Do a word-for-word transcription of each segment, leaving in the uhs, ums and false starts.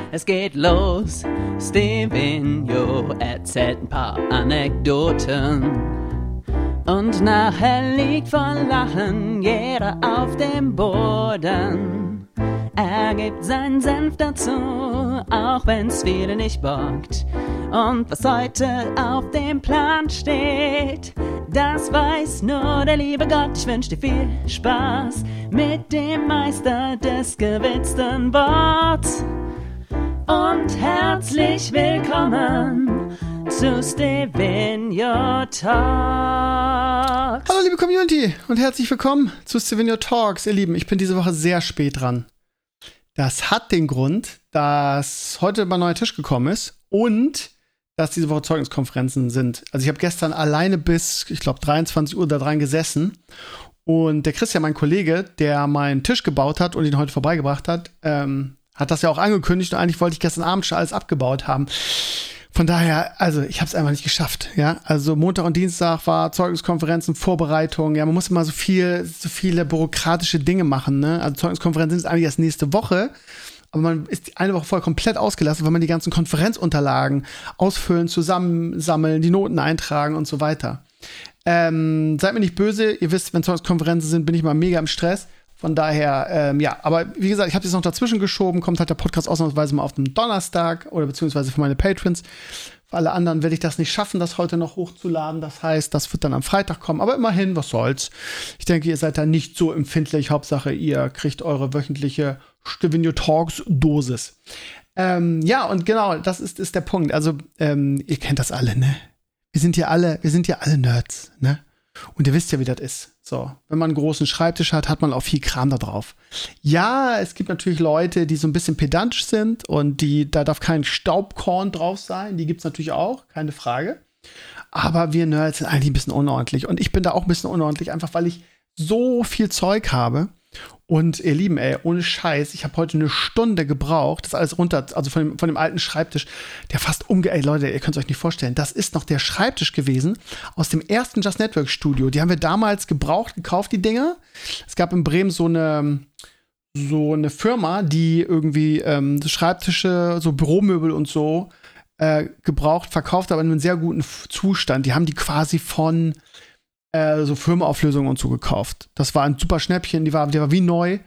Es geht los, Stevenio erzählt ein paar Anekdoten. Und nachher liegt vor Lachen jeder auf dem Boden. Er gibt seinen Senf dazu, auch wenn's viele nicht bockt. Und was heute auf dem Plan steht, das weiß nur der liebe Gott. Ich wünsch dir viel Spaß mit dem Meister des gewitzten Worts. Und herzlich willkommen zu Stevenio Talks. Hallo liebe Community und herzlich willkommen zu Stevenio Talks. Ihr Lieben, ich bin diese Woche sehr spät dran. Das hat den Grund, dass heute mein neuer Tisch gekommen ist und dass diese Woche Zeugniskonferenzen sind. Also ich habe gestern alleine bis, ich glaube, dreiundzwanzig Uhr da dran gesessen. Und der Christian, mein Kollege, der meinen Tisch gebaut hat und ihn heute vorbeigebracht hat, ähm, hat das ja auch angekündigt. Und eigentlich wollte ich gestern Abend schon alles abgebaut haben. Von daher, also ich habe es einfach nicht geschafft. Ja, also Montag und Dienstag war Zeugniskonferenzen, Vorbereitung. Ja, man muss immer so viel, so viele bürokratische Dinge machen. Ne? Also Zeugniskonferenzen sind eigentlich erst nächste Woche. Aber man ist eine Woche vorher komplett ausgelassen, weil man die ganzen Konferenzunterlagen ausfüllen, zusammensammeln, die Noten eintragen und so weiter. Ähm, seid mir nicht böse, ihr wisst, wenn Zeugniskonferenzen sind, bin ich mal mega im Stress. Von daher, ähm, ja, aber wie gesagt, ich habe das noch dazwischen geschoben, kommt halt der Podcast ausnahmsweise mal auf den Donnerstag oder beziehungsweise für meine Patrons. Für alle anderen werde ich das nicht schaffen, das heute noch hochzuladen. Das heißt, das wird dann am Freitag kommen. Aber immerhin, was soll's. Ich denke, ihr seid da nicht so empfindlich. Hauptsache, ihr kriegt eure wöchentliche Stevenio Talks Dosis. Ähm, ja, und genau, das ist, ist der Punkt. Also, ähm, ihr kennt das alle, ne? Wir sind hier alle, wir sind hier alle Nerds, ne? Und ihr wisst ja, wie das ist. So, wenn man einen großen Schreibtisch hat, hat man auch viel Kram da drauf. Ja, es gibt natürlich Leute, die so ein bisschen pedantisch sind und die, da darf kein Staubkorn drauf sein. Die gibt's natürlich auch, keine Frage. Aber wir Nerds sind eigentlich ein bisschen unordentlich. Und ich bin da auch ein bisschen unordentlich, einfach weil ich so viel Zeug habe. Und ihr Lieben, ey, ohne Scheiß, ich habe heute eine Stunde gebraucht, das alles runter, also von dem, von dem alten Schreibtisch, der fast umge... Ey, Leute, ihr könnt es euch nicht vorstellen, das ist noch der Schreibtisch gewesen aus dem ersten Just Network Studio. Die haben wir damals gebraucht, gekauft, die Dinger. Es gab in Bremen so eine, so eine Firma, die irgendwie ähm, Schreibtische, so Büromöbel und so äh, gebraucht, verkauft, aber in einem sehr guten Zustand. Die haben die quasi von Äh, so Firmenauflösungen und so gekauft. Das war ein super Schnäppchen, die war, die war wie neu.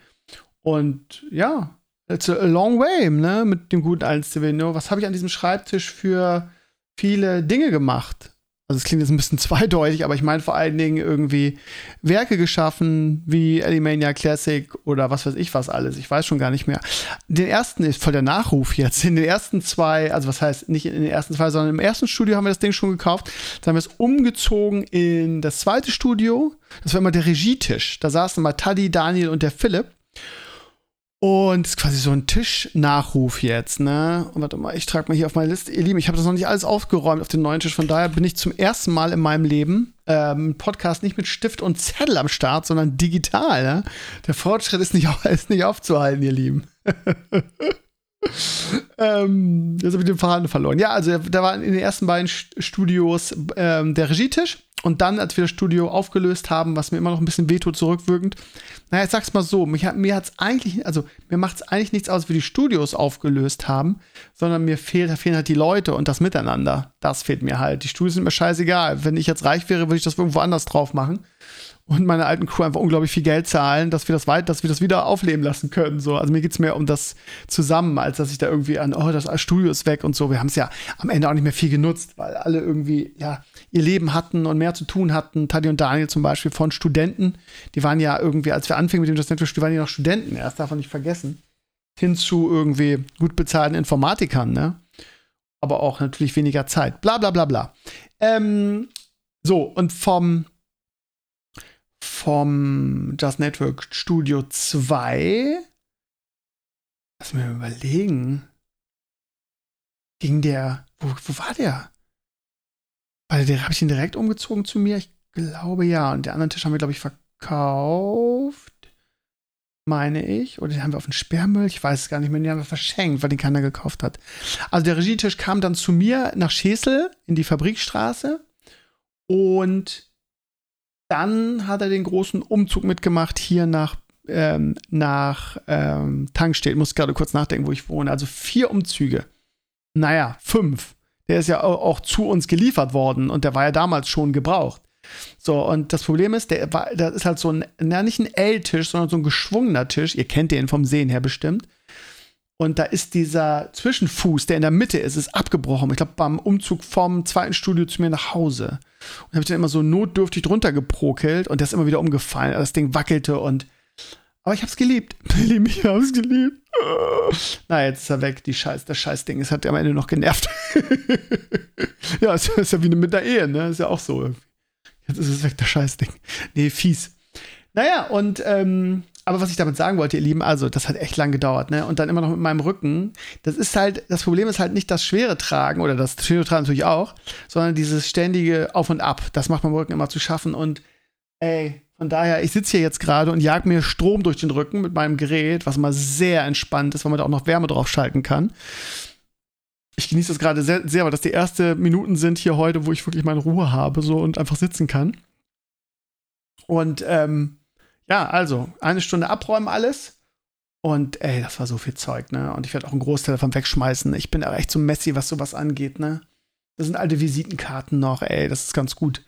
Und ja, it's a long way, ne, mit dem guten alten Stevenio. Was habe ich an diesem Schreibtisch für viele Dinge gemacht? Also es klingt jetzt ein bisschen zweideutig, aber ich meine vor allen Dingen irgendwie Werke geschaffen, wie Alimania Classic oder was weiß ich was alles. Ich weiß schon gar nicht mehr. Den ersten ist voll der Nachruf jetzt. In den ersten zwei, also was heißt nicht in den ersten zwei, sondern im ersten Studio haben wir das Ding schon gekauft. Dann haben wir es umgezogen in das zweite Studio. Das war immer der Regietisch. Da saßen mal Taddy, Daniel und der Philipp. Und es ist quasi so ein Tischnachruf jetzt, ne? Und warte mal, ich trage mal hier auf meine Liste. Ihr Lieben, ich habe das noch nicht alles aufgeräumt auf den neuen Tisch. Von daher bin ich zum ersten Mal in meinem Leben ähm, Podcast nicht mit Stift und Zettel am Start, sondern digital, ne? Der Fortschritt ist nicht, ist nicht aufzuhalten, ihr Lieben. ähm, jetzt habe ich den Faden verloren. Ja, also da war in den ersten beiden Studios ähm, der Regietisch. Und dann, als wir das Studio aufgelöst haben, was mir immer noch ein bisschen wehtut, zurückwirkend, naja, ich sag's mal so, mich hat, mir hat's eigentlich, also mir macht's eigentlich nichts aus, wie die Studios aufgelöst haben, sondern mir fehlt, da fehlen halt die Leute und das Miteinander. Das fehlt mir halt. Die Studios sind mir scheißegal. Wenn ich jetzt reich wäre, würde ich das irgendwo anders drauf machen und meiner alten Crew einfach unglaublich viel Geld zahlen, dass wir das weit, dass wir das wieder aufleben lassen können. So. Also mir geht's mehr um das Zusammen, als dass ich da irgendwie an, oh, das Studio ist weg und so. Wir haben es ja am Ende auch nicht mehr viel genutzt, weil alle irgendwie, ja, ihr Leben hatten und mehr zu tun hatten. Taddy und Daniel zum Beispiel von Studenten. Die waren ja irgendwie, als wir anfingen mit dem Just Network, die waren ja noch Studenten, erst darf man nicht vergessen. Hin zu irgendwie gut bezahlten Informatikern, ne? Aber auch natürlich weniger Zeit. Bla bla bla bla. Ähm, so, und vom vom Just Network Studio zwei, lass mir überlegen, ging der, wo, wo war der? Weil der, habe ich den direkt umgezogen zu mir? Ich glaube ja. Und den anderen Tisch haben wir, glaube ich, verkauft. Meine ich. Oder den haben wir auf den Sperrmüll. Ich weiß es gar nicht mehr. Den haben wir verschenkt, weil den keiner gekauft hat. Also der Regietisch kam dann zu mir nach Schesel in die Fabrikstraße. Und dann hat er den großen Umzug mitgemacht hier nach ähm, nach ähm, Tankstedt. Ich muss gerade kurz nachdenken, wo ich wohne. Also vier Umzüge. Naja, fünf. Der ist ja auch, auch zu uns geliefert worden und der war ja damals schon gebraucht. So, und das Problem ist, der war, das ist halt so ein, na, nicht ein L-Tisch, sondern so ein geschwungener Tisch. Ihr kennt den vom Sehen her bestimmt. Und da ist dieser Zwischenfuß, der in der Mitte ist, ist abgebrochen. Ich glaube, beim Umzug vom zweiten Studio zu mir nach Hause. Und habe ich dann immer so notdürftig drunter geprokelt und der ist immer wieder umgefallen. Das Ding wackelte und. Aber ich hab's geliebt. Ich hab's geliebt. Na, jetzt ist er weg, die Scheiß, das Scheißding. Es hat am Ende noch genervt. Ja, es ist ja wie mit der Ehe, ne? Ist ja auch so. Jetzt ist es weg, das Scheißding. Nee, fies. Naja, und, ähm, aber was ich damit sagen wollte, ihr Lieben, also, das hat echt lang gedauert, ne? Und dann immer noch mit meinem Rücken. Das ist halt, das Problem ist halt nicht das schwere Tragen, oder das schwere Tragen natürlich auch, sondern dieses ständige Auf und Ab. Das macht meinem Rücken immer zu schaffen und, ey, von daher, ich sitze hier jetzt gerade und jag mir Strom durch den Rücken mit meinem Gerät, was mal sehr entspannt ist, weil man da auch noch Wärme drauf schalten kann. Ich genieße das gerade sehr, sehr, weil das die ersten Minuten sind hier heute, wo ich wirklich meine Ruhe habe so und einfach sitzen kann. Und ähm, ja, also, eine Stunde abräumen alles. Und ey, das war so viel Zeug, ne? Und ich werde auch einen Großteil davon wegschmeißen. Ich bin aber echt so messy, was sowas angeht, ne? Das sind alte Visitenkarten noch, ey, das ist ganz gut.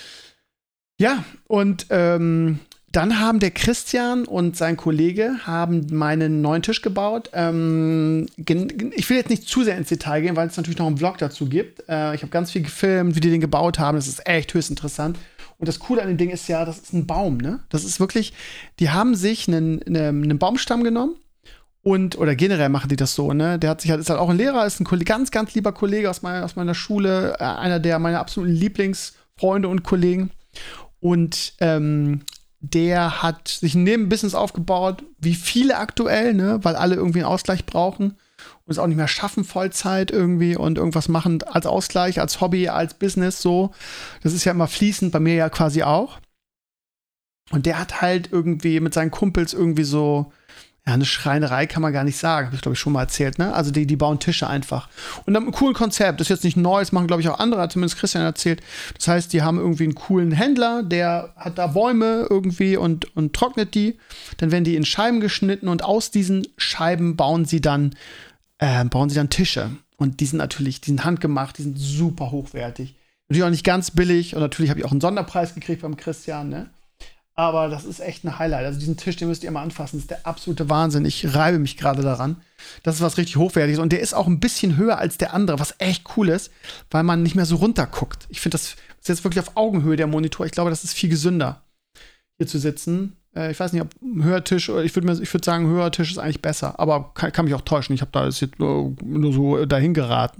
Ja, und ähm, dann haben der Christian und sein Kollege haben meinen neuen Tisch gebaut. Ähm, gen- ich will jetzt nicht zu sehr ins Detail gehen, weil es natürlich noch einen Vlog dazu gibt. Äh, ich habe ganz viel gefilmt, wie die den gebaut haben. Das ist echt höchst interessant. Und das Coole an dem Ding ist ja, das ist ein Baum, ne? Das ist wirklich, die haben sich einen, einen, einen Baumstamm genommen und, oder generell machen die das so, ne? Der hat sich halt, ist halt auch ein Lehrer, ist ein Kollege, ganz, ganz lieber Kollege aus meiner, aus meiner Schule, äh, einer der meiner absoluten Lieblingsfreunde und Kollegen. Und ähm, der hat sich ein Nebenbusiness aufgebaut, wie viele aktuell, ne, weil alle irgendwie einen Ausgleich brauchen und es auch nicht mehr schaffen, Vollzeit irgendwie und irgendwas machen als Ausgleich, als Hobby, als Business, so. Das ist ja immer fließend, bei mir ja quasi auch. Und der hat halt irgendwie mit seinen Kumpels irgendwie so, ja, eine Schreinerei kann man gar nicht sagen, habe ich glaube ich schon mal erzählt, ne? Also die, die bauen Tische einfach. Und dann ein cooles Konzept, das ist jetzt nicht neu, das machen glaube ich auch andere, hat zumindest Christian erzählt. Das heißt, die haben irgendwie einen coolen Händler, der hat da Bäume irgendwie und, und trocknet die. Dann werden die in Scheiben geschnitten und aus diesen Scheiben bauen sie dann, äh, bauen sie dann Tische. Und die sind natürlich, die sind handgemacht, die sind super hochwertig. Natürlich auch nicht ganz billig und natürlich habe ich auch einen Sonderpreis gekriegt beim Christian, ne? Aber das ist echt ein Highlight. Also diesen Tisch, den müsst ihr mal anfassen. Das ist der absolute Wahnsinn. Ich reibe mich gerade daran. Das ist was richtig Hochwertiges. Und der ist auch ein bisschen höher als der andere, was echt cool ist, weil man nicht mehr so runterguckt. Ich finde, das ist jetzt wirklich auf Augenhöhe, der Monitor. Ich glaube, das ist viel gesünder, hier zu sitzen. Äh, ich weiß nicht, ob ein Hörtisch, ich würde ich würd sagen, ein Hörtisch ist eigentlich besser. Aber kann, kann mich auch täuschen. Ich habe da das jetzt nur, nur so dahin geraten.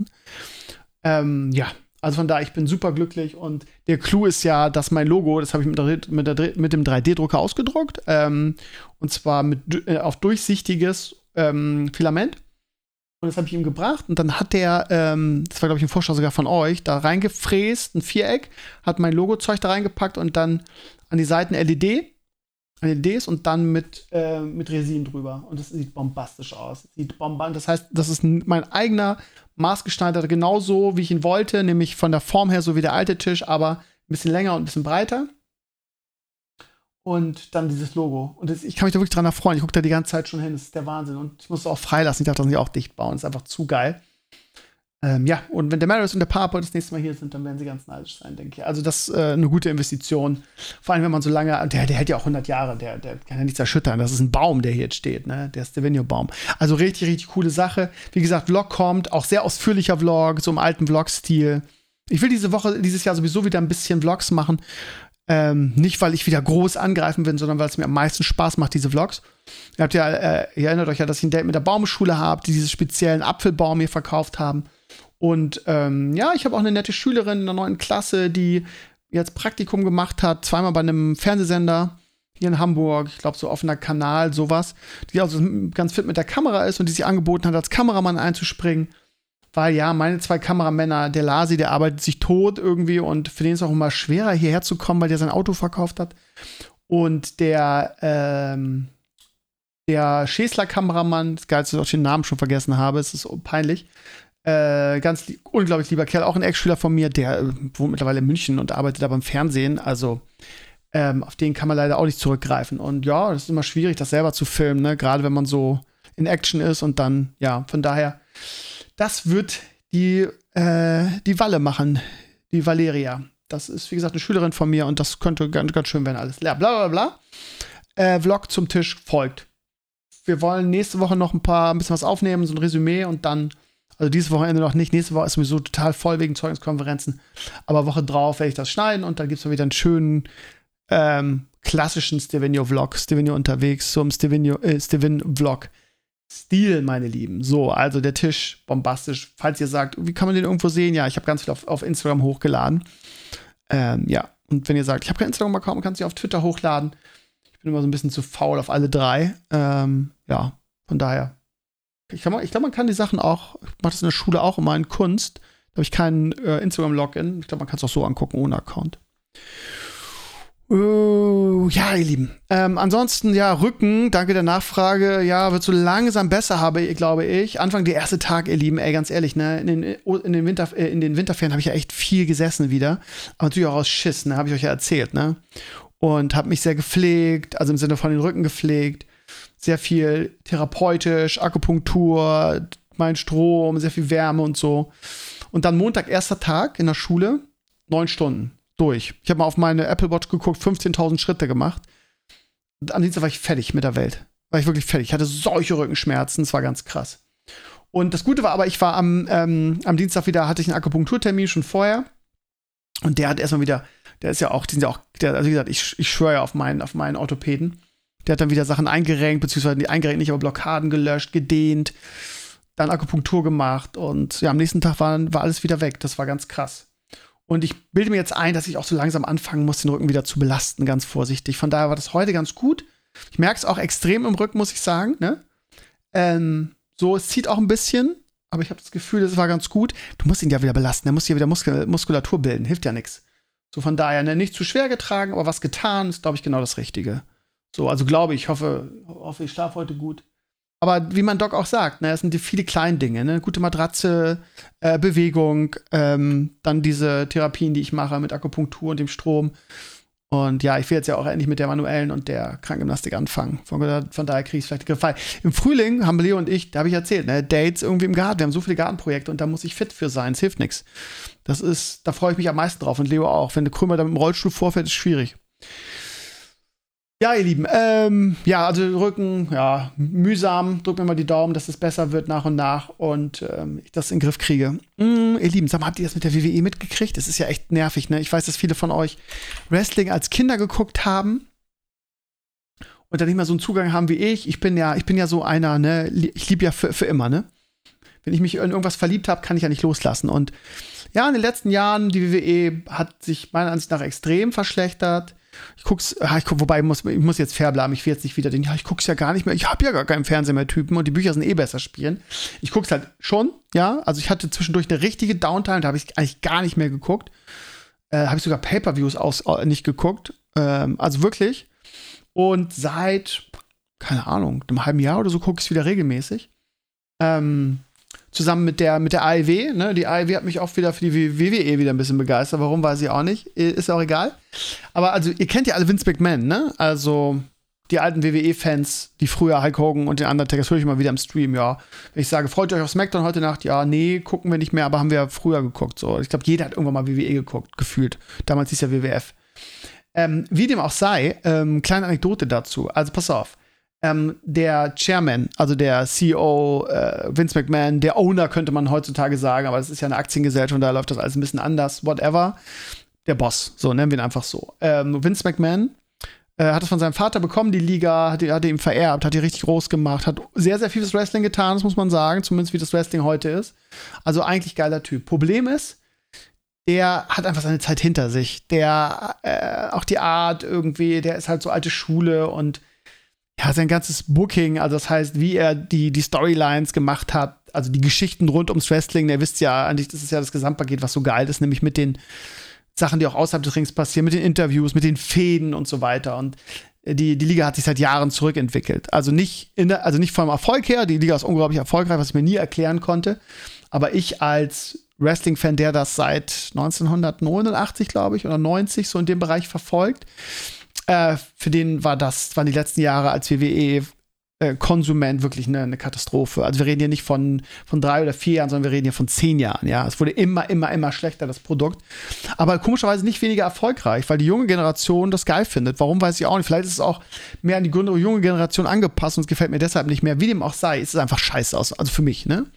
Ähm, ja. Also von daher, ich bin super glücklich und der Clou ist ja, dass mein Logo, das habe ich mit, der, mit, der, mit dem drei D-Drucker ausgedruckt, ähm, und zwar mit, äh, auf durchsichtiges ähm, Filament. Und das habe ich ihm gebracht und dann hat der, ähm, das war glaube ich ein Vorschlag sogar von euch, da reingefräst, ein Viereck, hat mein Logo-Zeug da reingepackt und dann an die Seiten L E D, L E Ds und dann mit, äh, mit Resin drüber. Und das sieht bombastisch aus. Sieht bombastisch. Das heißt, das ist mein eigener maßgeschneiderter, genauso wie ich ihn wollte, nämlich von der Form her so wie der alte Tisch, aber ein bisschen länger und ein bisschen breiter. Und dann dieses Logo. Und das, ich kann mich da wirklich dran erfreuen. Ich gucke da die ganze Zeit schon hin. Das ist der Wahnsinn. Und ich muss es auch freilassen. Ich darf das nicht auch dicht bauen. Das ist einfach zu geil. Ähm, ja, und wenn der Marius und der Papa das nächste Mal hier sind, dann werden sie ganz neidisch sein, denke ich. Also das ist äh, eine gute Investition. Vor allem, wenn man so lange, der, der hält ja auch hundert Jahre, der, der kann ja nichts erschüttern. Das ist ein Baum, der hier jetzt steht, ne? Der Stevino-Baum. Also richtig, richtig coole Sache. Wie gesagt, Vlog kommt, auch sehr ausführlicher Vlog, so im alten Vlog-Stil. Ich will diese Woche, dieses Jahr sowieso wieder ein bisschen Vlogs machen. Ähm, nicht, weil ich wieder groß angreifen will, sondern weil es mir am meisten Spaß macht, diese Vlogs. Ihr habt ja, äh, ihr erinnert euch ja, dass ich ein Date mit der Baumschule habe, die diesen speziellen Apfelbaum mir verkauft haben. Und ähm, ja, ich habe auch eine nette Schülerin in der neunten Klasse, die jetzt Praktikum gemacht hat, zweimal bei einem Fernsehsender hier in Hamburg, ich glaube so offener Kanal, sowas, die also ganz fit mit der Kamera ist und die sich angeboten hat, als Kameramann einzuspringen. Weil ja, meine zwei Kameramänner, der Lasi, der arbeitet sich tot irgendwie und für den ist es auch immer schwerer, hierher zu kommen, weil der sein Auto verkauft hat. Und der, ähm, der Schäßler-Kameramann, das Geilste, dass ich auch den Namen schon vergessen habe, es ist peinlich, Äh, ganz li- unglaublich lieber Kerl, auch ein Ex-Schüler von mir, der äh, wohnt mittlerweile in München und arbeitet da beim Fernsehen. Also ähm, auf den kann man leider auch nicht zurückgreifen. Und ja, das ist immer schwierig, das selber zu filmen, ne? Gerade wenn man so in Action ist und dann, ja, von daher, das wird die, äh, die Walle machen, die Valeria. Das ist, wie gesagt, eine Schülerin von mir und das könnte ganz, ganz schön werden alles. Ja, bla bla bla. Äh, Vlog zum Tisch folgt. Wir wollen nächste Woche noch ein paar, ein bisschen was aufnehmen, so ein Resümee und dann, also dieses Wochenende noch nicht, nächste Woche ist sowieso total voll wegen Zeugniskonferenzen, aber Woche drauf werde ich das schneiden und dann gibt es mal wieder einen schönen, ähm, klassischen Stevenio-Vlog, Stevenio unterwegs, so im Stevenio, äh, Steven-Vlog. Stil, meine Lieben. So, also der Tisch, bombastisch. Falls ihr sagt, wie kann man den irgendwo sehen? Ja, ich habe ganz viel auf, auf Instagram hochgeladen. Ähm, ja, und wenn ihr sagt, ich habe kein Instagram-Account, man kann es auf Twitter hochladen. Ich bin immer so ein bisschen zu faul auf alle drei. Ähm, ja, von daher. Ich, kann mal, ich glaube, man kann die Sachen auch, ich mache das in der Schule auch immer in Kunst. Da habe ich keinen äh, Instagram-Login. Ich glaube, man kann es auch so angucken, ohne Account. Uh, ja, ihr Lieben. Ähm, ansonsten, ja, Rücken, danke der Nachfrage. Ja, wird so langsam besser, habe glaube ich. Anfang der erste Tag, ihr Lieben, ey, ganz ehrlich, ne, in den, in den, Winter, äh, in den Winterferien habe ich ja echt viel gesessen wieder. Aber natürlich auch aus Schiss, ne, habe ich euch ja erzählt, ne. Und habe mich sehr gepflegt, also im Sinne von den Rücken gepflegt. Sehr viel therapeutisch, Akupunktur, mein Strom, sehr viel Wärme und so. Und dann Montag, erster Tag in der Schule, neun Stunden. Durch. Ich habe mal auf meine Apple Watch geguckt, fünfzehntausend Schritte gemacht. Und am Dienstag war ich fertig mit der Welt. War ich wirklich fertig. Ich hatte solche Rückenschmerzen, es war ganz krass. Und das Gute war aber, ich war am, ähm, am Dienstag wieder, hatte ich einen Akupunkturtermin schon vorher. Und der hat erstmal wieder, der ist ja auch, die sind ja auch, der, also wie gesagt, ich, ich schwöre ja auf meinen, auf meinen Orthopäden. Der hat dann wieder Sachen eingerenkt, beziehungsweise die eingerenkt nicht, aber Blockaden gelöscht, gedehnt, dann Akupunktur gemacht und ja, am nächsten Tag war, war alles wieder weg. Das war ganz krass. Und ich bilde mir jetzt ein, dass ich auch so langsam anfangen muss, den Rücken wieder zu belasten, ganz vorsichtig. Von daher war das heute ganz gut. Ich merke es auch extrem im Rücken, muss ich sagen. Ne? Ähm, so, es zieht auch ein bisschen, aber ich habe das Gefühl, es war ganz gut. Du musst ihn ja wieder belasten, er muss ja wieder Muskul- Muskulatur bilden, hilft ja nichts. So, von daher, ne, nicht zu schwer getragen, aber was getan, ist, glaube ich, genau das Richtige. So, also glaube ich, hoffe, hoffe, ich schlafe heute gut. Aber wie mein Doc auch sagt, ne, es sind die viele kleinen Dinge, ne, gute Matratze, äh, Bewegung, ähm, dann diese Therapien, die ich mache mit Akupunktur und dem Strom. Und ja, ich will jetzt ja auch endlich mit der manuellen und der Krankengymnastik anfangen. Von, von daher kriege ich es vielleicht gefallen. Im Frühling haben Leo und ich, da habe ich erzählt, ne, Dates irgendwie im Garten. Wir haben so viele Gartenprojekte und da muss ich fit für sein. Es hilft nichts. Das ist, da freue ich mich am meisten drauf und Leo auch. Wenn der Krümmer da mit dem Rollstuhl vorfährt, ist schwierig. Ja, ihr Lieben, ähm, ja, also Rücken, ja, mühsam, drückt mir mal die Daumen, dass es besser wird nach und nach und ähm, ich das in den Griff kriege. Mm, ihr Lieben, sag mal, habt ihr das mit der W W E mitgekriegt? Das ist ja echt nervig, ne? Ich weiß, dass viele von euch Wrestling als Kinder geguckt haben und dann nicht mehr so einen Zugang haben wie ich. Ich bin ja, ich bin ja so einer, ne? Ich liebe ja für, für immer, ne? Wenn ich mich in irgendwas verliebt habe, kann ich ja nicht loslassen. Und ja, in den letzten Jahren, die W W E hat sich meiner Ansicht nach extrem verschlechtert. Ich guck's, ich guck, wobei ich muss, ich muss jetzt fair bleiben, ich will jetzt nicht wieder denken, ja, ich guck's ja gar nicht mehr, ich habe ja gar keinen Fernseher mehr Typen und die Bücher sind eh besser spielen. Ich guck's halt schon, ja, also ich hatte zwischendurch eine richtige Downtime, da habe ich eigentlich gar nicht mehr geguckt. Äh, habe ich sogar Pay-Per-Views aus, äh, nicht geguckt, ähm, also wirklich. Und seit, keine Ahnung, einem halben Jahr oder so gucke ich es wieder regelmäßig. Ähm, Zusammen mit der, mit der A E W, ne? Die A E W hat mich auch wieder für die W W E wieder ein bisschen begeistert. Warum, weiß ich auch nicht. Ist auch egal. Aber also, ihr kennt ja alle Vince McMahon, ne? Also, die alten W W E-Fans, die früher Hulk Hogan und den Undertaker, das höre ich mal wieder im Stream, ja. Wenn ich sage, freut euch auf SmackDown heute Nacht, ja, nee, gucken wir nicht mehr, aber haben wir früher geguckt. So. Ich glaube, jeder hat irgendwann mal W W E geguckt, gefühlt. Damals hieß ja W W F. Ähm, wie dem auch sei, ähm, kleine Anekdote dazu. Also, pass auf. Ähm, der Chairman, also der C E O äh, Vince McMahon, der Owner könnte man heutzutage sagen, aber das ist ja eine Aktiengesellschaft und da läuft das alles ein bisschen anders, whatever. Der Boss, so nennen wir ihn einfach so. Ähm, Vince McMahon äh, hat es von seinem Vater bekommen, die Liga, hat, hat ihm vererbt, hat die richtig groß gemacht, hat sehr, sehr viel fürs Wrestling getan, das muss man sagen, zumindest wie das Wrestling heute ist. Also eigentlich geiler Typ. Problem ist, der hat einfach seine Zeit hinter sich. Der, äh, auch die Art irgendwie, der ist halt so alte Schule und ja, sein ganzes Booking, also das heißt, wie er die, die Storylines gemacht hat, also die Geschichten rund ums Wrestling, ihr wisst ja, eigentlich, das ist ja das Gesamtpaket, was so geil ist, nämlich mit den Sachen, die auch außerhalb des Rings passieren, mit den Interviews, mit den Fäden und so weiter. Und die, die Liga hat sich seit Jahren zurückentwickelt. Also nicht, in der, also nicht vom Erfolg her, die Liga ist unglaublich erfolgreich, was ich mir nie erklären konnte. Aber ich als Wrestling-Fan, der das seit neunzehnhundertneunundachtzig, glaube ich, oder neunzig, so in dem Bereich verfolgt, Äh, für den war das, waren die letzten Jahre als W W E-Konsument wirklich eine, eine Katastrophe. Also wir reden hier nicht von, von drei oder vier Jahren, sondern wir reden hier von zehn Jahren. Ja, es wurde immer, immer, immer schlechter, das Produkt. Aber komischerweise nicht weniger erfolgreich, weil die junge Generation das geil findet. Warum, weiß ich auch nicht. Vielleicht ist es auch mehr an die junge Generation angepasst und es gefällt mir deshalb nicht mehr. Wie dem auch sei, ist es einfach scheiße aus. Also für mich, ne?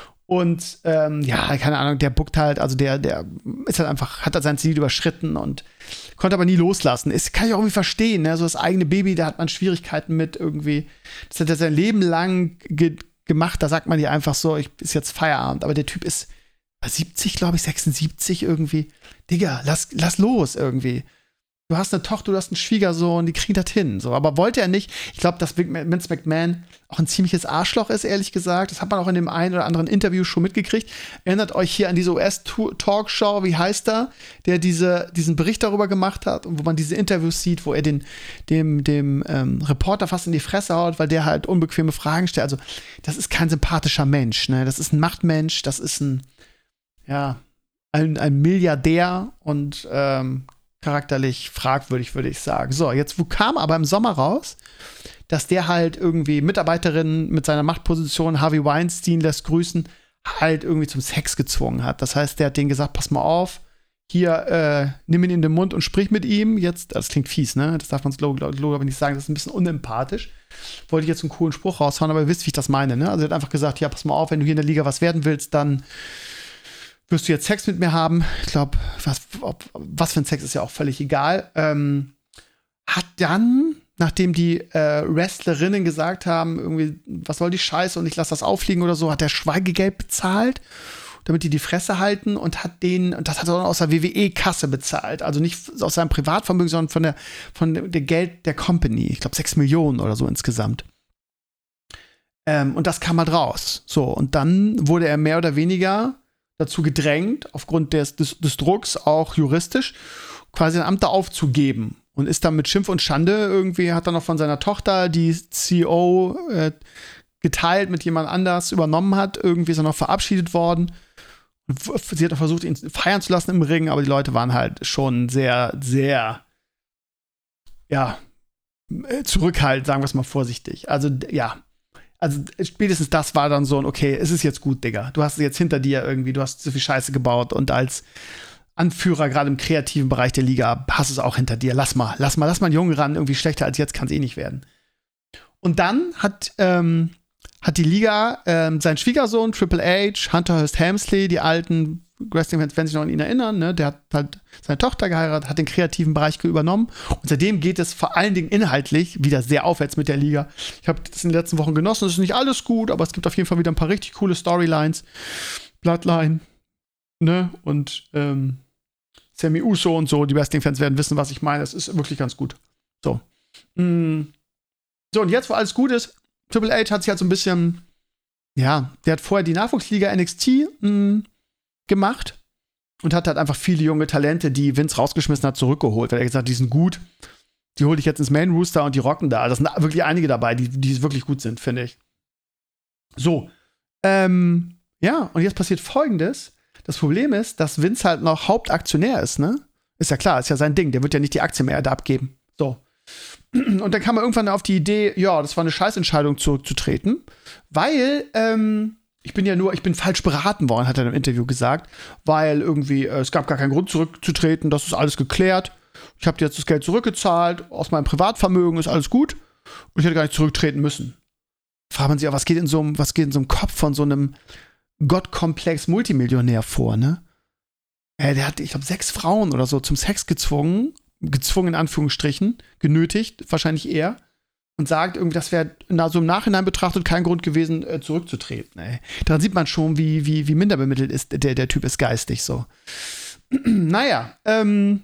Und ähm, ja, keine Ahnung, der bookt halt, also der, der ist halt einfach, hat halt sein Ziel überschritten und konnte aber nie loslassen. Das kann ich auch irgendwie verstehen, ne? So das eigene Baby, da hat man Schwierigkeiten mit irgendwie. Das hat er sein Leben lang ge- gemacht, da sagt man dir einfach so, ich ist jetzt Feierabend. Aber der Typ ist siebzig, glaube ich, sechsundsiebzig irgendwie. Digga, lass, lass los irgendwie. Du hast eine Tochter, du hast einen Schwiegersohn, die kriegen das hin. So. Aber wollte er nicht. Ich glaube, dass Vince McMahon auch ein ziemliches Arschloch ist, ehrlich gesagt. Das hat man auch in dem einen oder anderen Interview schon mitgekriegt. Erinnert euch hier an diese U S-Talkshow, wie heißt er, der diese, diesen Bericht darüber gemacht hat und wo man diese Interviews sieht, wo er den, dem, dem ähm, Reporter fast in die Fresse haut, weil der halt unbequeme Fragen stellt. Also, das ist kein sympathischer Mensch, ne? Das ist ein Machtmensch, das ist ein, ja, ein, ein Milliardär und ähm, charakterlich fragwürdig, würde ich sagen. So, jetzt wo kam aber im Sommer raus, dass der halt irgendwie Mitarbeiterin mit seiner Machtposition, Harvey Weinstein lässt grüßen, halt irgendwie zum Sex gezwungen hat. Das heißt, der hat denen gesagt, pass mal auf, hier, äh, nimm ihn in den Mund und sprich mit ihm. Jetzt, das klingt fies, ne? Das darf man so aber nicht sagen, das ist ein bisschen unempathisch. Wollte ich jetzt einen coolen Spruch raushauen, aber ihr wisst, wie ich das meine, ne? Also er hat einfach gesagt, ja, pass mal auf, wenn du hier in der Liga was werden willst, dann wirst du jetzt Sex mit mir haben? Ich glaube, was, was für ein Sex ist ja auch völlig egal. Ähm, hat dann, nachdem die äh, Wrestlerinnen gesagt haben, irgendwie, was soll die Scheiße und ich lasse das auffliegen oder so, hat der Schweigegeld bezahlt, damit die die Fresse halten und hat den, und das hat er aus der W W E-Kasse bezahlt. Also nicht aus seinem Privatvermögen, sondern von der, von der Geld der Company. Ich glaube, sechs Millionen oder so insgesamt. Ähm, und das kam halt raus. So, und dann wurde er mehr oder weniger dazu gedrängt, aufgrund des, des, des Drucks, auch juristisch, quasi ein Amt da aufzugeben. Und ist dann mit Schimpf und Schande irgendwie, hat dann noch von seiner Tochter, die C E O äh, geteilt mit jemand anders übernommen hat. Irgendwie ist er noch verabschiedet worden. Und sie hat auch versucht, ihn feiern zu lassen im Ring, aber die Leute waren halt schon sehr, sehr, ja, zurückhaltend, sagen wir es mal vorsichtig. Also, ja. Also spätestens das war dann so ein, okay, es ist jetzt gut, Digga. Du hast es jetzt hinter dir irgendwie, du hast so viel Scheiße gebaut und als Anführer, gerade im kreativen Bereich der Liga, hast es auch hinter dir. Lass mal, lass mal, lass mal einen Jungen ran, irgendwie schlechter als jetzt kann es eh nicht werden. Und dann hat, ähm, hat die Liga ähm, sein Schwiegersohn, Triple H, Hunter Hearst Helmsley, die alten Wrestling-Fans werden sich noch an ihn erinnern, ne? Der hat halt seine Tochter geheiratet, hat den kreativen Bereich übernommen und seitdem geht es vor allen Dingen inhaltlich wieder sehr aufwärts mit der Liga. Ich habe das in den letzten Wochen genossen, es ist nicht alles gut, aber es gibt auf jeden Fall wieder ein paar richtig coole Storylines. Bloodline, ne? Und ähm, Sammy Uso und so, die Wrestling-Fans werden wissen, was ich meine. Es ist wirklich ganz gut. So. Mm. So, und jetzt, wo alles gut ist, Triple H hat sich halt so ein bisschen, ja, der hat vorher die Nachwuchsliga N X T mh, gemacht und hat halt einfach viele junge Talente, die Vince rausgeschmissen hat, zurückgeholt. Weil er gesagt hat, die sind gut, die hole ich jetzt ins Main Rooster und die rocken da. Da sind wirklich einige dabei, die, die wirklich gut sind, finde ich. So, ähm, ja, und jetzt passiert Folgendes. Das Problem ist, dass Vince halt noch Hauptaktionär ist, ne? Ist ja klar, ist ja sein Ding. Der wird ja nicht die Aktie mehr da abgeben. So. Und dann kam er irgendwann auf die Idee, ja, das war eine Scheißentscheidung, zurückzutreten, weil, ähm, ich bin ja nur, ich bin falsch beraten worden, hat er im Interview gesagt, weil irgendwie, äh, es gab gar keinen Grund zurückzutreten, das ist alles geklärt. Ich habe jetzt das Geld zurückgezahlt, aus meinem Privatvermögen ist alles gut und ich hätte gar nicht zurücktreten müssen. Fragt man sich auch, was geht in so einem, was geht in so einem Kopf von so einem Gottkomplex-Multimillionär vor, ne? Äh, der hat, ich glaube, sechs Frauen oder so zum Sex gezwungen, gezwungen in Anführungsstrichen, genötigt, wahrscheinlich eher. Und sagt irgendwie, das wäre so im Nachhinein betrachtet kein Grund gewesen, äh, zurückzutreten. Ey. Daran sieht man schon, wie, wie, wie minder bemittelt ist, der, der Typ ist geistig so. Naja, ähm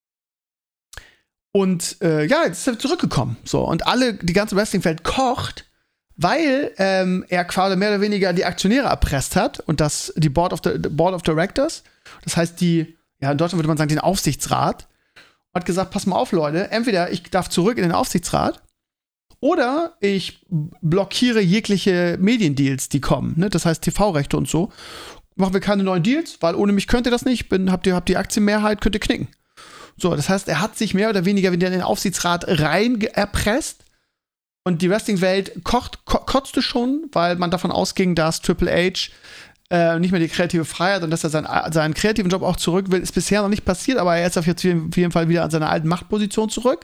und äh, ja, jetzt ist er zurückgekommen. So, und alle, die ganze Wrestling-Welt kocht, weil ähm, er quasi mehr oder weniger die Aktionäre erpresst hat und das, die Board of, the, Board of Directors, das heißt die, ja, in Deutschland würde man sagen, den Aufsichtsrat, hat gesagt, pass mal auf, Leute, entweder ich darf zurück in den Aufsichtsrat oder ich blockiere jegliche Mediendeals, die kommen, ne? Das heißt T V-Rechte und so. Machen wir keine neuen Deals, weil ohne mich könnt ihr das nicht. Bin, habt ihr habt die Aktienmehrheit, könnt ihr knicken. So, das heißt, er hat sich mehr oder weniger wieder in den Aufsichtsrat rein erpresst. Und die Wrestling-Welt kocht, ko- kotzte schon, weil man davon ausging, dass Triple H äh, nicht mehr die kreative Freiheit und dass er seinen, seinen kreativen Job auch zurück will. Ist bisher noch nicht passiert, aber er ist auf jeden Fall wieder an seiner alten Machtposition zurück.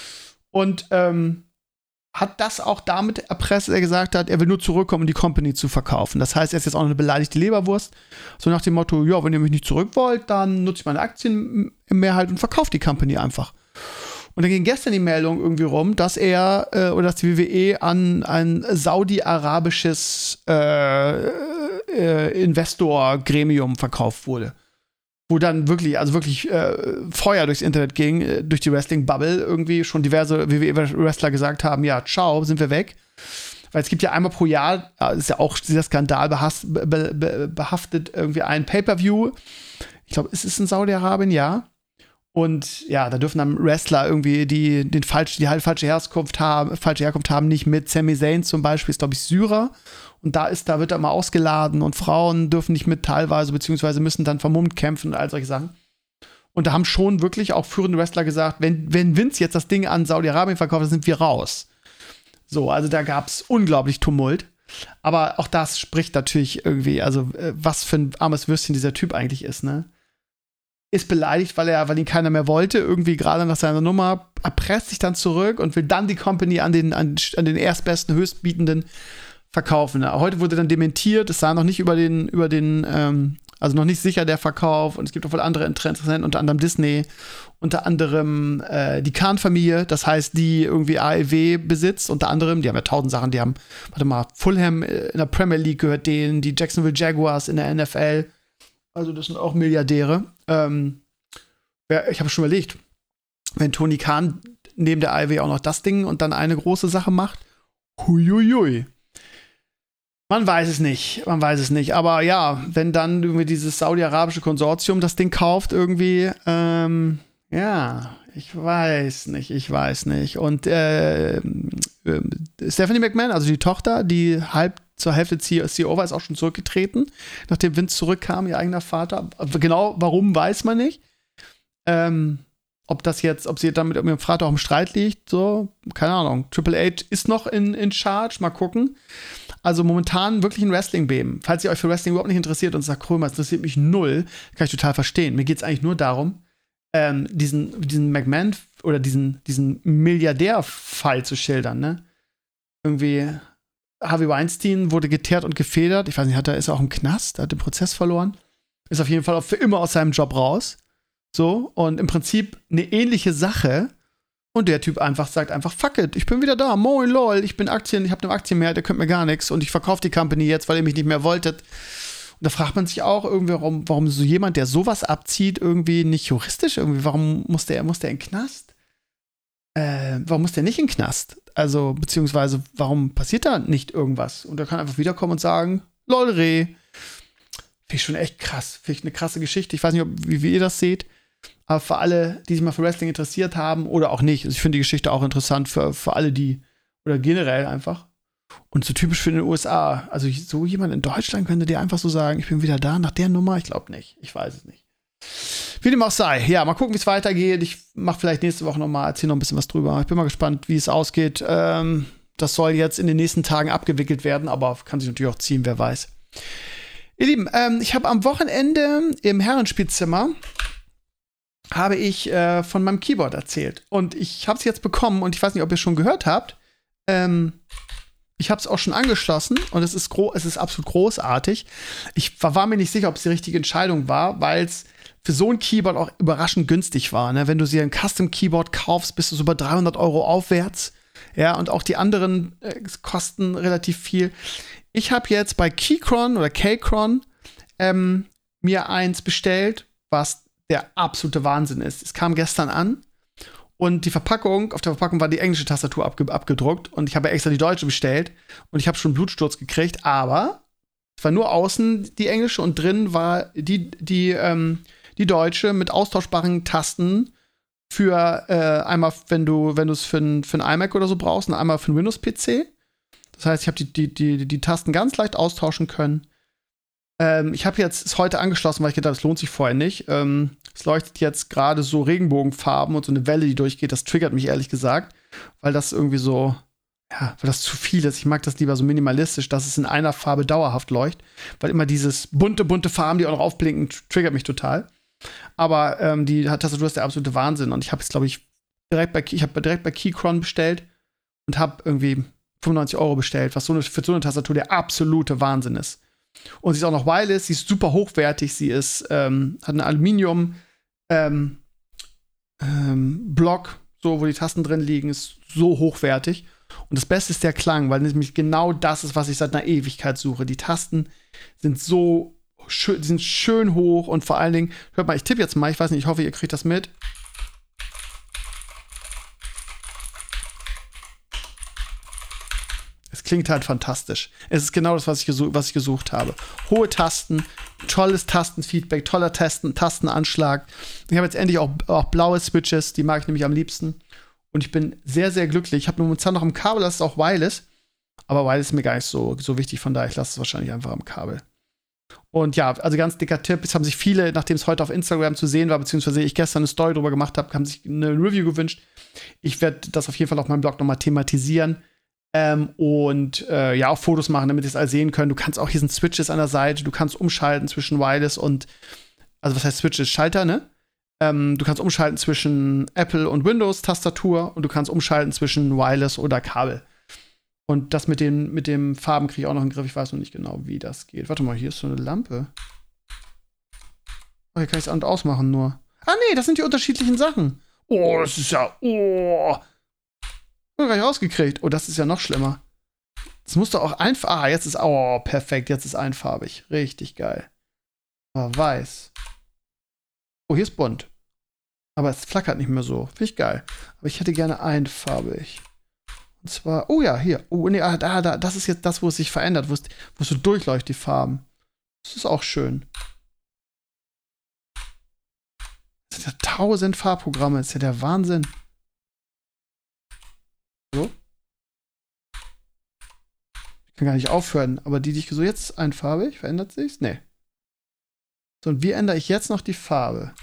Und ähm, hat das auch damit erpresst, dass er gesagt hat, er will nur zurückkommen, um die Company zu verkaufen. Das heißt, er ist jetzt auch eine beleidigte Leberwurst. So nach dem Motto, ja, wenn ihr mich nicht zurück wollt, dann nutze ich meine Aktienmehrheit und verkaufe die Company einfach. Und dann ging gestern die Meldung irgendwie rum, dass er äh, oder dass die W W E an ein saudi-arabisches äh, äh, Investor-Gremium verkauft wurde. Wo dann wirklich, also wirklich äh, Feuer durchs Internet ging, äh, durch die Wrestling-Bubble, irgendwie schon diverse W W E-Wrestler gesagt haben, ja, ciao, sind wir weg. Weil es gibt ja einmal pro Jahr, äh, ist ja auch dieser Skandal behast, be, be, behaftet, irgendwie ein Pay-Per-View. Ich glaube, es ist in Saudi-Arabien, ja. Und ja, da dürfen dann Wrestler irgendwie, die den falsch, die halt falsche Herkunft haben, falsche Herkunft haben, nicht mit. Sami Zayn zum Beispiel ist, glaube ich, Syrer. Und da ist, da wird er mal ausgeladen und Frauen dürfen nicht mit teilweise, beziehungsweise müssen dann vermummt kämpfen und all solche Sachen. Und da haben schon wirklich auch führende Wrestler gesagt, wenn, wenn Vince jetzt das Ding an Saudi-Arabien verkauft, dann sind wir raus. So, also da gab es unglaublich Tumult. Aber auch das spricht natürlich irgendwie, also was für ein armes Würstchen dieser Typ eigentlich ist, ne? Ist beleidigt, weil er, weil ihn keiner mehr wollte, irgendwie gerade nach seiner Nummer, erpresst sich dann zurück und will dann die Company an den, an, an den erstbesten, höchstbietenden verkaufen. Heute wurde dann dementiert, es sei noch nicht über den, über den, ähm, also noch nicht sicher der Verkauf und es gibt auch wohl andere Interessenten, unter anderem Disney, unter anderem äh, die Khan-Familie, das heißt, die irgendwie A E W besitzt, unter anderem, die haben ja tausend Sachen, die haben, warte mal, Fulham in der Premier League gehört denen, die Jacksonville Jaguars in der N F L, also das sind auch Milliardäre. Ähm, ich habe schon überlegt, wenn Tony Khan neben der A E W auch noch das Ding und dann eine große Sache macht, huiuiui. Man weiß es nicht, man weiß es nicht. Aber ja, wenn dann irgendwie dieses saudi-arabische Konsortium das Ding kauft, irgendwie, ähm, ja, ich weiß nicht, ich weiß nicht. Und äh, äh, Stephanie McMahon, also die Tochter, die halb zur Hälfte C E O war, ist auch schon zurückgetreten, nachdem Vince zurückkam, ihr eigener Vater. Genau warum, weiß man nicht. Ähm, ob das jetzt, ob sie dann mit ihrem Vater auch im Streit liegt, so, keine Ahnung. Triple H ist noch in, in Charge, mal gucken. Also momentan wirklich ein Wrestling-Beben. Falls ihr euch für Wrestling überhaupt nicht interessiert und sagt, Krömer, das interessiert mich null, kann ich total verstehen. Mir geht es eigentlich nur darum, ähm, diesen, diesen McMahon oder diesen, diesen Milliardär-Fall zu schildern, ne? Irgendwie Harvey Weinstein wurde geteert und gefedert. Ich weiß nicht, hat er, ist er auch im Knast? Er hat den Prozess verloren. Ist auf jeden Fall auch für immer aus seinem Job raus. So, und im Prinzip eine ähnliche Sache. Und der Typ einfach sagt einfach, fuck it, ich bin wieder da. Moin, lol, ich bin Aktien, ich habe eine Aktienmehrheit, ihr könnt mir gar nichts. Und ich verkaufe die Company jetzt, weil ihr mich nicht mehr wolltet. Und da fragt man sich auch irgendwie, warum, warum so jemand, der sowas abzieht, irgendwie nicht juristisch irgendwie, warum muss der, muss der in den Knast? Äh, warum muss der nicht in den Knast? Also, beziehungsweise, warum passiert da nicht irgendwas? Und er kann einfach wiederkommen und sagen, lol, Reh. Finde ich schon echt krass. Finde ich eine krasse Geschichte. Ich weiß nicht, ob, wie, wie ihr das seht. Aber für alle, die sich mal für Wrestling interessiert haben oder auch nicht. Also ich finde die Geschichte auch interessant für, für alle, die, oder generell einfach. Und so typisch für den U S A. Also so jemand in Deutschland könnte dir einfach so sagen, ich bin wieder da nach der Nummer. Ich glaube nicht. Ich weiß es nicht. Wie dem auch sei. Ja, mal gucken, wie es weitergeht. Ich mache vielleicht nächste Woche noch mal, erzähle noch ein bisschen was drüber. Ich bin mal gespannt, wie es ausgeht. Ähm, das soll jetzt in den nächsten Tagen abgewickelt werden, aber kann sich natürlich auch ziehen, wer weiß. Ihr Lieben, ähm, ich habe am Wochenende im Herrenspielzimmer habe ich äh, von meinem Keyboard erzählt. Und ich habe es jetzt bekommen und ich weiß nicht, ob ihr es schon gehört habt. Ähm, ich habe es auch schon angeschlossen und es ist, gro- es ist absolut großartig. Ich war, war mir nicht sicher, ob es die richtige Entscheidung war, weil es für so ein Keyboard auch überraschend günstig war. Ne? Wenn du dir ein Custom-Keyboard kaufst, bist du so bei dreihundert Euro aufwärts. Ja, und auch die anderen äh, kosten relativ viel. Ich habe jetzt bei Keychron oder Keychron ähm, mir eins bestellt, was der absolute Wahnsinn ist. Es kam gestern an und die Verpackung, auf der Verpackung war die englische Tastatur abge- abgedruckt und ich habe extra die deutsche bestellt und ich habe schon Blutsturz gekriegt, aber es war nur außen die englische und drin war die, die, ähm, die deutsche mit austauschbaren Tasten für äh, einmal, wenn du wenn du es für ein für ein iMac oder so brauchst und einmal für einen Windows-P C. Das heißt, ich habe die, die, die, die Tasten ganz leicht austauschen können. Ähm, ich habe jetzt es heute angeschlossen, weil ich gedacht habe, es lohnt sich vorher nicht. Ähm, es leuchtet jetzt gerade so Regenbogenfarben und so eine Welle, die durchgeht. Das triggert mich ehrlich gesagt, weil das irgendwie so, ja, weil das zu viel ist. Ich mag das lieber so minimalistisch, dass es in einer Farbe dauerhaft leuchtet, weil immer dieses bunte, bunte Farben, die auch noch aufblinken, triggert mich total. Aber ähm, die Tastatur ist der absolute Wahnsinn. Und ich habe es, glaube ich, direkt bei, ich habe direkt bei Keychron bestellt und habe irgendwie fünfundneunzig Euro bestellt, was so eine, für so eine Tastatur der absolute Wahnsinn ist. Und sie ist auch noch wireless, sie ist super hochwertig, sie ist, ähm, hat einen Aluminium ähm, ähm, Block, so, wo die Tasten drin liegen, ist so hochwertig. Und das Beste ist der Klang, weil nämlich genau das ist, was ich seit einer Ewigkeit suche. Die Tasten sind so schön, die sind schön hoch und vor allen Dingen, hört mal, ich tippe jetzt mal, ich weiß nicht, ich hoffe, ihr kriegt das mit. Es klingt halt fantastisch. Es ist genau das, was ich, gesuch, was ich gesucht habe. Hohe Tasten, tolles Tastenfeedback, toller Tasten, Tastenanschlag. Ich habe jetzt endlich auch, auch blaue Switches, die mag ich nämlich am liebsten. Und ich bin sehr, sehr glücklich. Ich habe momentan noch im Kabel, das ist auch wireless. Aber wireless ist mir gar nicht so, so wichtig, von daher ich lasse es wahrscheinlich einfach am Kabel. Und ja, also ganz dicker Tipp. Es haben sich viele, nachdem es heute auf Instagram zu sehen war, beziehungsweise ich gestern eine Story drüber gemacht habe, haben sich eine Review gewünscht. Ich werde das auf jeden Fall auf meinem Blog nochmal thematisieren. Ähm, und äh, ja, auch Fotos machen, damit ihr es all sehen könnt. Du kannst auch, hier sind Switches an der Seite, du kannst umschalten zwischen Wireless und, also was heißt Switches? Schalter, ne? Ähm, du kannst umschalten zwischen Apple und Windows-Tastatur und du kannst umschalten zwischen Wireless oder Kabel. Und das mit den, mit den Farben kriege ich auch noch in den Griff. Ich weiß noch nicht genau, wie das geht. Warte mal, hier ist so eine Lampe. Oh, hier kann ich es an- und ausmachen nur. Ah, nee, das sind die unterschiedlichen Sachen. Oh, das ist ja, oh. Ich hab gar nicht rausgekriegt. Oh, das ist ja noch schlimmer. Das musst du auch einfach. Ah, jetzt ist. Oh, perfekt. Jetzt ist einfarbig. Richtig geil. Aber weiß. Oh, hier ist bunt. Aber es flackert nicht mehr so. Finde ich geil. Aber ich hätte gerne einfarbig. Und zwar. Oh ja, hier. Oh, nee, ah, da, da. Das ist jetzt das, wo es sich verändert. Wo es, wo es so durchleuchtet, die Farben. Das ist auch schön. Das sind ja tausend Farbprogramme. Das ist ja der Wahnsinn. So. Ich kann gar nicht aufhören, aber die, die ich so jetzt einfarbig, verändert sich's? Nee. So, und wie ändere ich jetzt noch die Farbe?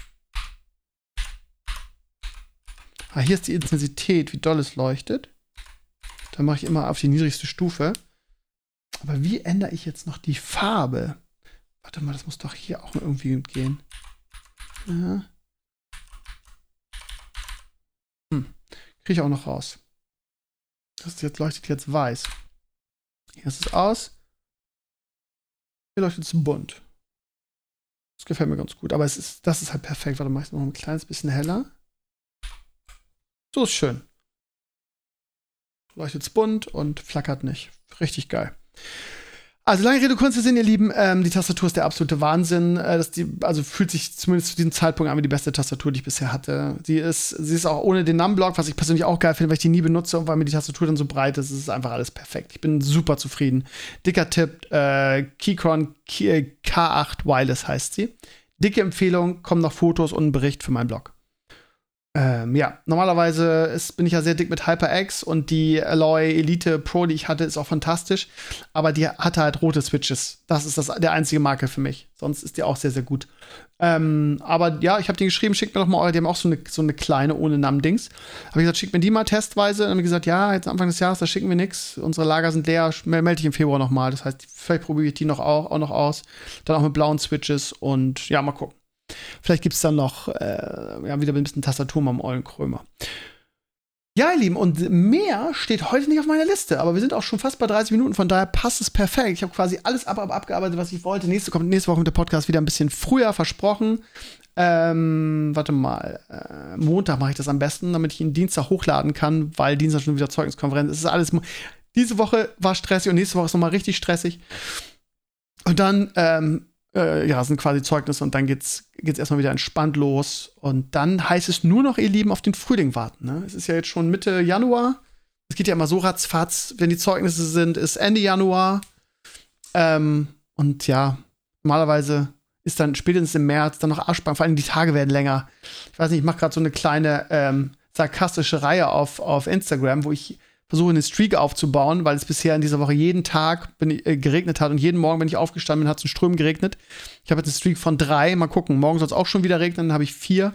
Ah, hier ist die Intensität, wie doll es leuchtet. Da mache ich immer auf die niedrigste Stufe. Aber wie ändere ich jetzt noch die Farbe? Warte mal, das muss doch hier auch irgendwie gehen. Ja. Hm. Kriege ich auch noch raus. Das jetzt leuchtet jetzt weiß. Hier ist es aus. Hier leuchtet es bunt. Das gefällt mir ganz gut. Aber es ist, das ist halt perfekt. Warte, mache ich es noch ein kleines bisschen heller. So ist schön. Leuchtet es bunt und flackert nicht. Richtig geil. Also lange Rede, kurzer Sinn, ihr Lieben, ähm, die Tastatur ist der absolute Wahnsinn. Äh, das die, also fühlt sich zumindest zu diesem Zeitpunkt an wie die beste Tastatur, die ich bisher hatte. Sie ist, sie ist auch ohne den Numblock, was ich persönlich auch geil finde, weil ich die nie benutze und weil mir die Tastatur dann so breit ist, ist es einfach alles perfekt. Ich bin super zufrieden. Dicker Tipp, äh, Keychron K acht Wireless heißt sie. Dicke Empfehlung, kommen noch Fotos und ein Bericht für meinen Blog. Ähm, ja, normalerweise ist, bin ich ja sehr dick mit HyperX und die Alloy Elite Pro, die ich hatte, ist auch fantastisch. Aber die hatte halt rote Switches. Das ist das, der einzige Makel für mich. Sonst ist die auch sehr, sehr gut. Ähm, aber ja, ich habe die geschrieben, schickt mir doch mal eure. Die haben auch so eine, so eine kleine ohne Namen-Dings. Habe ich gesagt, schickt mir die mal testweise. Dann haben wir gesagt, ja, jetzt Anfang des Jahres, da schicken wir nichts. Unsere Lager sind leer. Melde ich im Februar noch mal. Das heißt, vielleicht probiere ich die noch auch, auch noch aus. Dann auch mit blauen Switches und ja, mal gucken. Vielleicht gibt es dann noch äh, ja, wieder ein bisschen Tastatur mal am Eulen Krömer. Ja, ihr Lieben, und mehr steht heute nicht auf meiner Liste, aber wir sind auch schon fast bei dreißig Minuten, von daher passt es perfekt. Ich habe quasi alles ab, ab, abgearbeitet, was ich wollte. Nächste, kommt, nächste Woche kommt der Podcast wieder ein bisschen früher, versprochen. Ähm, warte mal, äh, Montag mache ich das am besten, damit ich ihn Dienstag hochladen kann, weil Dienstag schon wieder Zeugniskonferenz ist. Es ist alles. Diese Woche war stressig und nächste Woche ist nochmal richtig stressig. Und dann, ähm, Äh, ja, sind quasi Zeugnisse und dann geht's, geht's erstmal wieder entspannt los. Und dann heißt es nur noch, ihr Lieben, auf den Frühling warten. Ne? Es ist ja jetzt schon Mitte Januar. Es geht ja immer so ratzfatz. Wenn die Zeugnisse sind, ist Ende Januar. Ähm, und ja, normalerweise ist dann spätestens im März dann noch Arschbahn. Vor allem die Tage werden länger. Ich weiß nicht, ich mache gerade so eine kleine ähm, sarkastische Reihe auf, auf Instagram, wo ich versuche eine Streak aufzubauen, weil es bisher in dieser Woche jeden Tag bin ich, äh, geregnet hat und jeden Morgen, wenn ich aufgestanden bin, hat es in Strömen geregnet. Ich habe jetzt eine Streak von drei. Mal gucken. Morgen soll es auch schon wieder regnen, dann habe ich vier.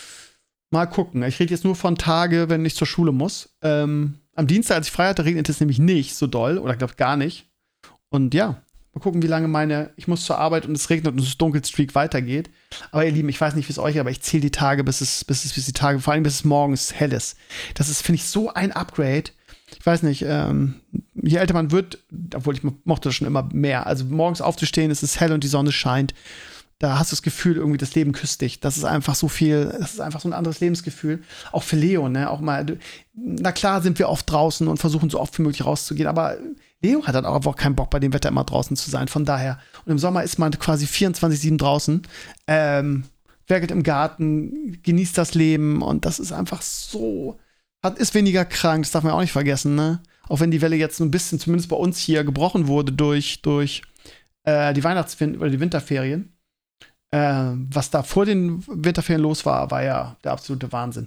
Mal gucken. Ich rede jetzt nur von Tage, wenn ich zur Schule muss. Ähm, am Dienstag, als ich frei hatte, regnet es nämlich nicht so doll. Oder glaube gar nicht. Und ja, mal gucken, wie lange meine, ich muss zur Arbeit und es regnet und es Dunkelstreak weitergeht. Aber ihr Lieben, ich weiß nicht, wie es euch ist, aber ich zähle die Tage, bis es, bis es, bis die Tage, vor allem bis es morgens hell ist. Das ist, finde ich, so ein Upgrade. Ich weiß nicht, ähm, je älter man wird, obwohl ich mochte das schon immer mehr. Also morgens aufzustehen, es ist hell und die Sonne scheint. Da hast du das Gefühl, irgendwie das Leben küsst dich. Das ist einfach so viel, das ist einfach so ein anderes Lebensgefühl. Auch für Leo, ne? Auch mal, na klar sind wir oft draußen und versuchen so oft wie möglich rauszugehen, aber Leo hat dann auch einfach keinen Bock, bei dem Wetter immer draußen zu sein. Von daher, und im Sommer ist man quasi vierundzwanzig sieben draußen, ähm, werkelt im Garten, genießt das Leben und das ist einfach so, hat, ist weniger krank, das darf man auch nicht vergessen, ne? Auch wenn die Welle jetzt so ein bisschen, zumindest bei uns hier, gebrochen wurde durch, durch äh, die Weihnachtsferien oder die Winterferien. Äh, was da vor den Winterferien los war, war ja der absolute Wahnsinn.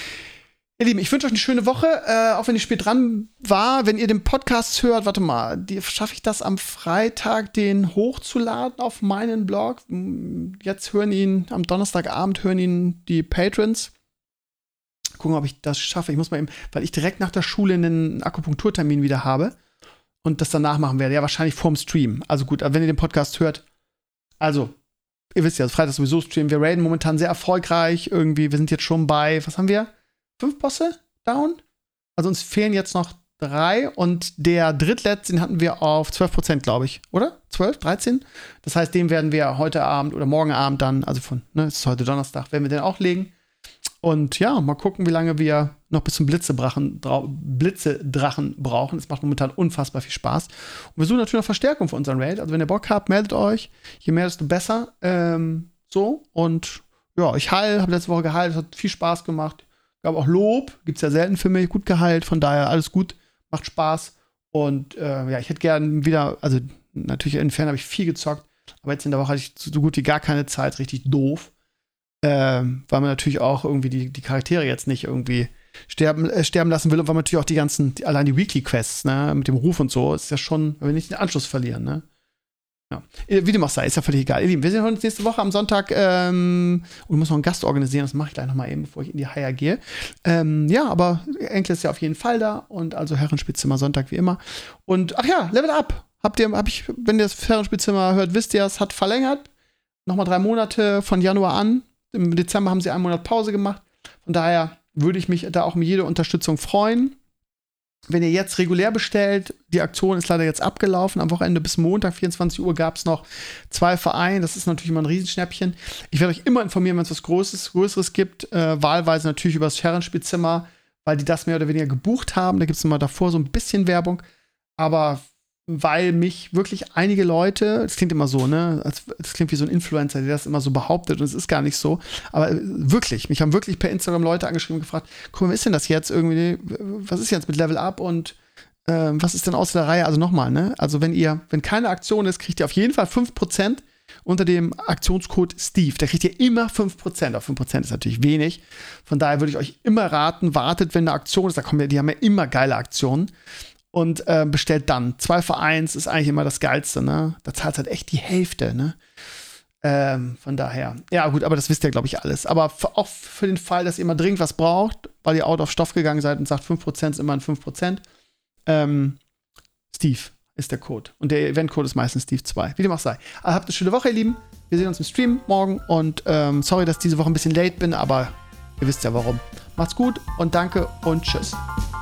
Ihr Lieben, ich wünsche euch eine schöne Woche, äh, auch wenn ich spät dran war. Wenn ihr den Podcast hört, warte mal, schaffe ich das am Freitag, den hochzuladen auf meinen Blog? Jetzt hören ihn, am Donnerstagabend hören ihn die Patrons. Gucken, ob ich das schaffe. Ich muss mal eben, weil ich direkt nach der Schule einen Akupunkturtermin wieder habe und das danach machen werde. Ja, wahrscheinlich vorm Stream. Also gut, aber wenn ihr den Podcast hört, also ihr wisst ja, Freitag sowieso streamen. Wir raiden momentan sehr erfolgreich. Irgendwie, wir sind jetzt schon bei, was haben wir? Fünf Bosse down? Also uns fehlen jetzt noch drei und der drittletzte, den hatten wir auf zwölf Prozent, glaube ich. Oder? zwölf, dreizehn? Das heißt, den werden wir heute Abend oder morgen Abend dann, also von, ne, es ist heute Donnerstag, werden wir den auch legen. Und ja, mal gucken, wie lange wir noch bis zum Blitzedrachen, Blitzedrachen brauchen. Es macht momentan unfassbar viel Spaß. Und wir suchen natürlich noch Verstärkung für unseren Raid. Also wenn ihr Bock habt, meldet euch. Je mehr, desto besser. Ähm, so. Und ja, ich heil, habe letzte Woche geheilt. Es hat viel Spaß gemacht. Gab auch Lob. Gibt's ja selten für mich. Gut geheilt. Von daher alles gut. Macht Spaß. Und äh, ja, ich hätte gern wieder, also natürlich inwiefern habe ich viel gezockt. Aber jetzt in der Woche hatte ich so gut wie gar keine Zeit. Richtig doof. Ähm, weil man natürlich auch irgendwie die, die Charaktere jetzt nicht irgendwie sterben, äh, sterben lassen will und weil man natürlich auch die ganzen, die, allein die Weekly-Quests, ne, mit dem Ruf und so, ist ja schon, wenn wir nicht den Anschluss verlieren, ne. Ja. Wie dem auch sei, ist ja völlig egal. Ihr Lieben, wir sehen uns nächste Woche am Sonntag ähm, und ich muss noch einen Gast organisieren, das mache ich gleich noch mal eben, bevor ich in die Haia gehe. Ähm, ja, aber Enkel ist ja auf jeden Fall da und also Herrenspielzimmer Sonntag wie immer. Und ach ja, Level Up. Habt ihr, hab ich, wenn ihr das Herrenspielzimmer hört, wisst ihr, es hat verlängert. Nochmal drei Monate von Januar an. Im Dezember haben sie einen Monat Pause gemacht. Von daher würde ich mich da auch um jede Unterstützung freuen. Wenn ihr jetzt regulär bestellt, die Aktion ist leider jetzt abgelaufen. Am Wochenende bis Montag, vierundzwanzig Uhr, gab es noch zwei Vereine. Das ist natürlich immer ein Riesenschnäppchen. Ich werde euch immer informieren, wenn es was Größeres, Größeres gibt. Äh, wahlweise natürlich über das Herrenspielzimmer, weil die das mehr oder weniger gebucht haben. Da gibt es immer davor so ein bisschen Werbung. Aber weil mich wirklich einige Leute, das klingt immer so, ne, das klingt wie so ein Influencer, der das immer so behauptet und es ist gar nicht so, aber wirklich, mich haben wirklich per Instagram Leute angeschrieben und gefragt, guck mal, was ist denn das jetzt irgendwie, was ist jetzt mit Level Up und äh, was ist denn außer der Reihe, also nochmal, ne, also wenn ihr, wenn keine Aktion ist, kriegt ihr auf jeden Fall fünf Prozent unter dem Aktionscode Steve, da kriegt ihr immer fünf Prozent, auf fünf Prozent ist natürlich wenig, von daher würde ich euch immer raten, wartet, wenn eine Aktion ist, da kommen ja, die haben ja immer geile Aktionen, und äh, bestellt dann. zwei für eins ist eigentlich immer das Geilste, ne? Da zahlt halt echt die Hälfte, ne? Ähm, von daher. Ja, gut, aber das wisst ihr, glaube ich, alles. Aber für, auch für den Fall, dass ihr mal dringend was braucht, weil ihr out of Stoff gegangen seid und sagt, fünf Prozent ist immer ein fünf Prozent. Ähm, Steve ist der Code. Und der Eventcode ist meistens Steve zwei. Wie dem auch sei. Also habt eine schöne Woche, ihr Lieben. Wir sehen uns im Stream morgen. Und ähm, sorry, dass ich diese Woche ein bisschen late bin, aber ihr wisst ja warum. Macht's gut und danke und tschüss.